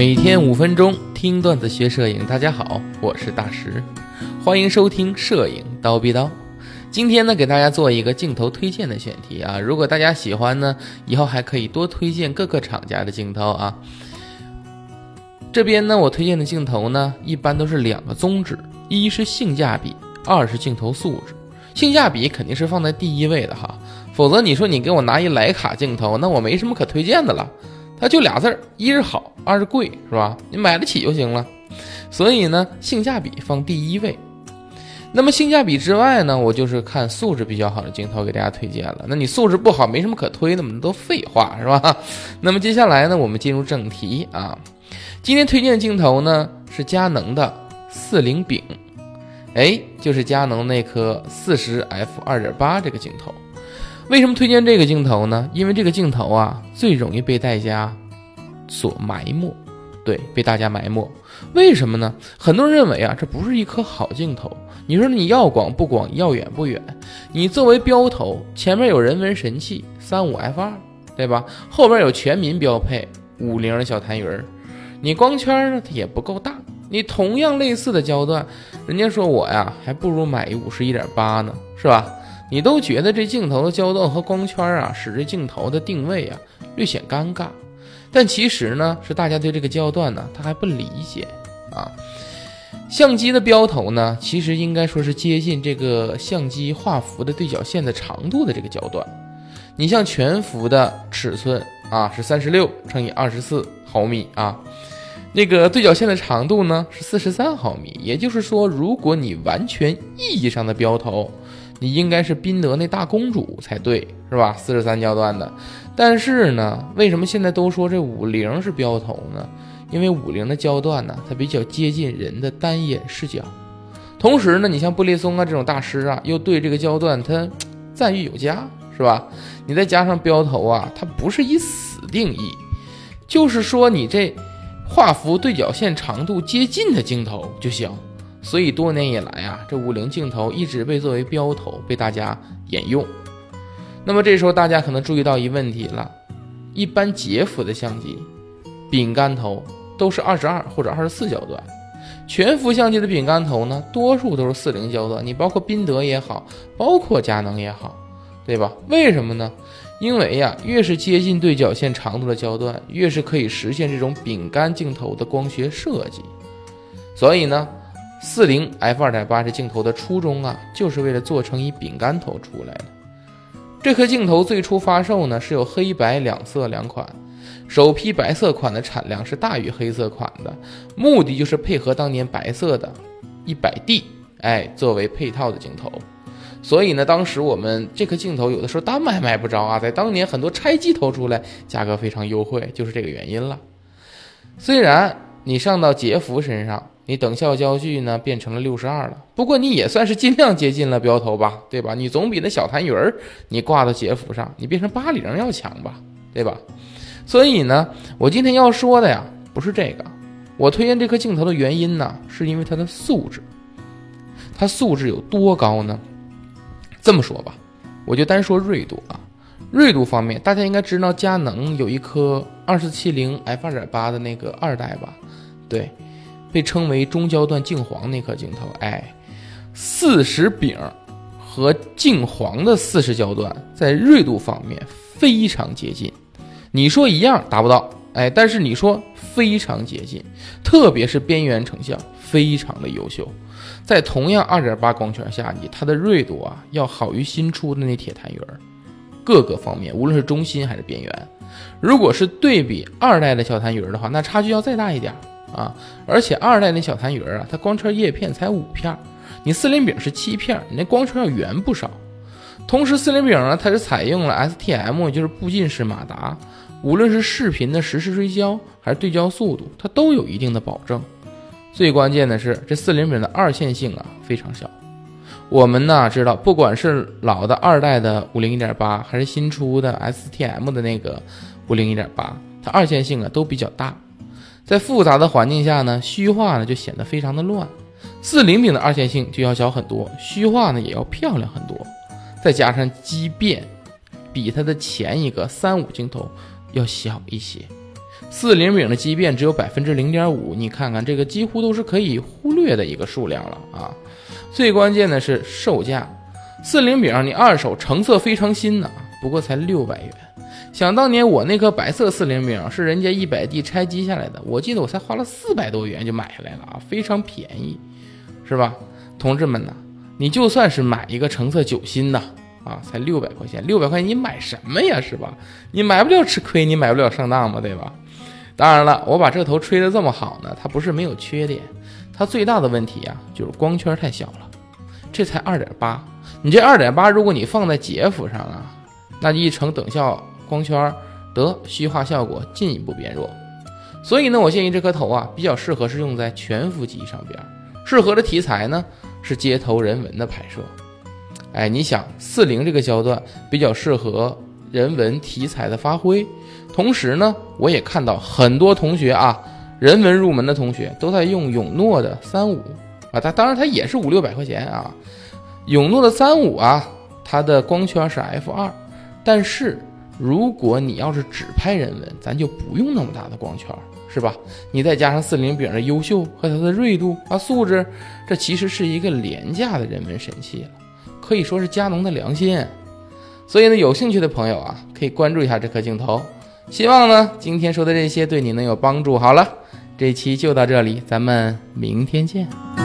每天5分钟听段子学摄影，大家好，我是大石，欢迎收听摄影刀逼刀。今天呢，给大家做一个镜头推荐的选题啊，如果大家喜欢呢，以后还可以多推荐各个厂家的镜头啊。这边呢，我推荐的镜头呢，一般都是2个宗旨，一是性价比，二是镜头素质。性价比肯定是放在第一位的哈，否则你说你给我拿一徕卡镜头，那我没什么可推荐的了。它就俩字儿，一是好，二是贵，是吧？你买得起就行了。所以呢，性价比放第一位。那么性价比之外呢，我就是看素质比较好的镜头给大家推荐了。那你素质不好，没什么可推的，我们都废话，是吧？那么接下来呢，我们进入正题啊。今天推荐的镜头呢是佳能的40丙，就是佳能那颗40f2.8 这个镜头。为什么推荐这个镜头呢？因为这个镜头啊，最容易被大家所埋没，对，被大家埋没。为什么呢？很多人认为啊，这不是一颗好镜头。你说你要广不广，要远不远？你作为标头，前面有人文神器35f2，对吧？后边有全民标配50的小弹鱼儿，你光圈呢，它也不够大。你同样类似的焦段，人家说我呀，还不如买一51.8呢，是吧？你都觉得这镜头的焦段和光圈啊，使这镜头的定位啊略显尴尬，但其实呢，是大家对这个焦段呢，他还不理解啊。相机的标头呢，其实应该说是接近这个相机画幅的对角线的长度的这个焦段。你像全幅的尺寸啊，是36×24毫米啊。那个对角线的长度呢是43毫米，也就是说，如果你完全意义上的标头，你应该是宾得那大公主才对，是吧？43焦段的。但是呢，为什么现在都说这50是标头呢？因为50的焦段呢，它比较接近人的单眼视角。同时呢，你像布列松啊这种大师啊，又对这个焦段他赞誉有加，是吧？你再加上标头啊，它不是以死定义，就是说你这画幅对角线长度接近的镜头就行。所以多年以来啊，这50镜头一直被作为标头被大家沿用。那么这时候大家可能注意到一问题了，一般截幅的相机饼干头都是22或者24焦段，全幅相机的饼干头呢，多数都是40焦段，你包括宾得也好，包括佳能也好，对吧？为什么呢？因为呀，越是接近对角线长度的焦段，越是可以实现这种饼干镜头的光学设计。所以呢40f2.8 这镜头的初衷啊，就是为了做成一饼干头出来的。这颗镜头最初发售呢，是有黑白两色两款，首批白色款的产量是大于黑色款的，目的就是配合当年白色的 100D， 作为配套的镜头。所以呢，当时我们这颗镜头有的时候单买不着啊，在当年很多拆机头出来，价格非常优惠，就是这个原因了。虽然你上到截幅身上，你等效焦距呢变成了62了，不过你也算是尽量接近了标头吧，对吧？你总比那小弹鱼儿你挂到截幅上，你变成80要强吧，对吧？所以呢，我今天要说的呀，不是这个。我推荐这颗镜头的原因呢，是因为它的素质。它素质有多高呢？这么说吧，我就单说锐度啊。锐度方面，大家应该知道佳能有一颗2470f2.8 的那个2代吧，对，被称为中焦段镜黄那颗镜头，40丙和镜黄的40焦段在锐度方面非常接近。你说一样达不到，但是你说非常接近，特别是边缘成像非常的优秀。在同样 2.8 光圈下，它的锐度啊要好于新出的那铁弹鱼儿，各个方面无论是中心还是边缘。如果是对比2代的小弹鱼儿的话，那差距要再大一点啊！而且2代那小弹鱼儿啊，它光圈叶片才5片，你40丙是7片，你那光圈要圆不少。同时40丙呢，它是采用了 STM， 也就是步进式马达，无论是视频的实时追焦还是对焦速度，它都有一定的保证。最关键的是，这40丙的二线性啊非常小。我们呢知道，不管是老的2代的50-1.8，还是新出的 STM 的那个50-1.8，它二线性啊都比较大。在复杂的环境下呢，虚化呢就显得非常的乱。40丙的二线性就要小很多，虚化呢也要漂亮很多。再加上畸变，比它的前一个35镜头要小一些。 4:0饼的畸变只有 0.5%， 你看看这个几乎都是可以忽略的一个数量了啊。最关键的是售价，4:0饼你二手成色非常新呢，不过才600元。想当年我那颗白色4:0饼是人家100D 拆机下来的，我记得我才花了400多元就买下来了啊，非常便宜，是吧？同志们呢，你就算是买一个成色9新的啊，才600块钱，600块钱你买什么呀，是吧？你买不了吃亏，你买不了上当嘛，对吧？当然了，我把这头吹得这么好呢，它不是没有缺点，它最大的问题啊就是光圈太小了，这才 2.8， 你这 2.8 如果你放在杰夫上啊，那一成等效光圈得虚化效果进一步变弱。所以呢，我建议这颗头啊比较适合是用在全幅机上边，适合的题材呢是街头人文的拍摄。哎，你想40这个焦段比较适合人文题材的发挥，同时呢，我也看到很多同学啊，人文入门的同学都在用永诺的35啊，当然它也是500-600块钱啊。永诺的35啊，它的光圈是 f2， 但是如果你要是只拍人文，咱就不用那么大的光圈，是吧？你再加上4:0饼的优秀和它的锐度啊素质，这其实是一个廉价的人文神器了，可以说是佳能的良心。所以呢，有兴趣的朋友啊，可以关注一下这颗镜头。希望呢，今天说的这些对你能有帮助。好了，这期就到这里，咱们明天见。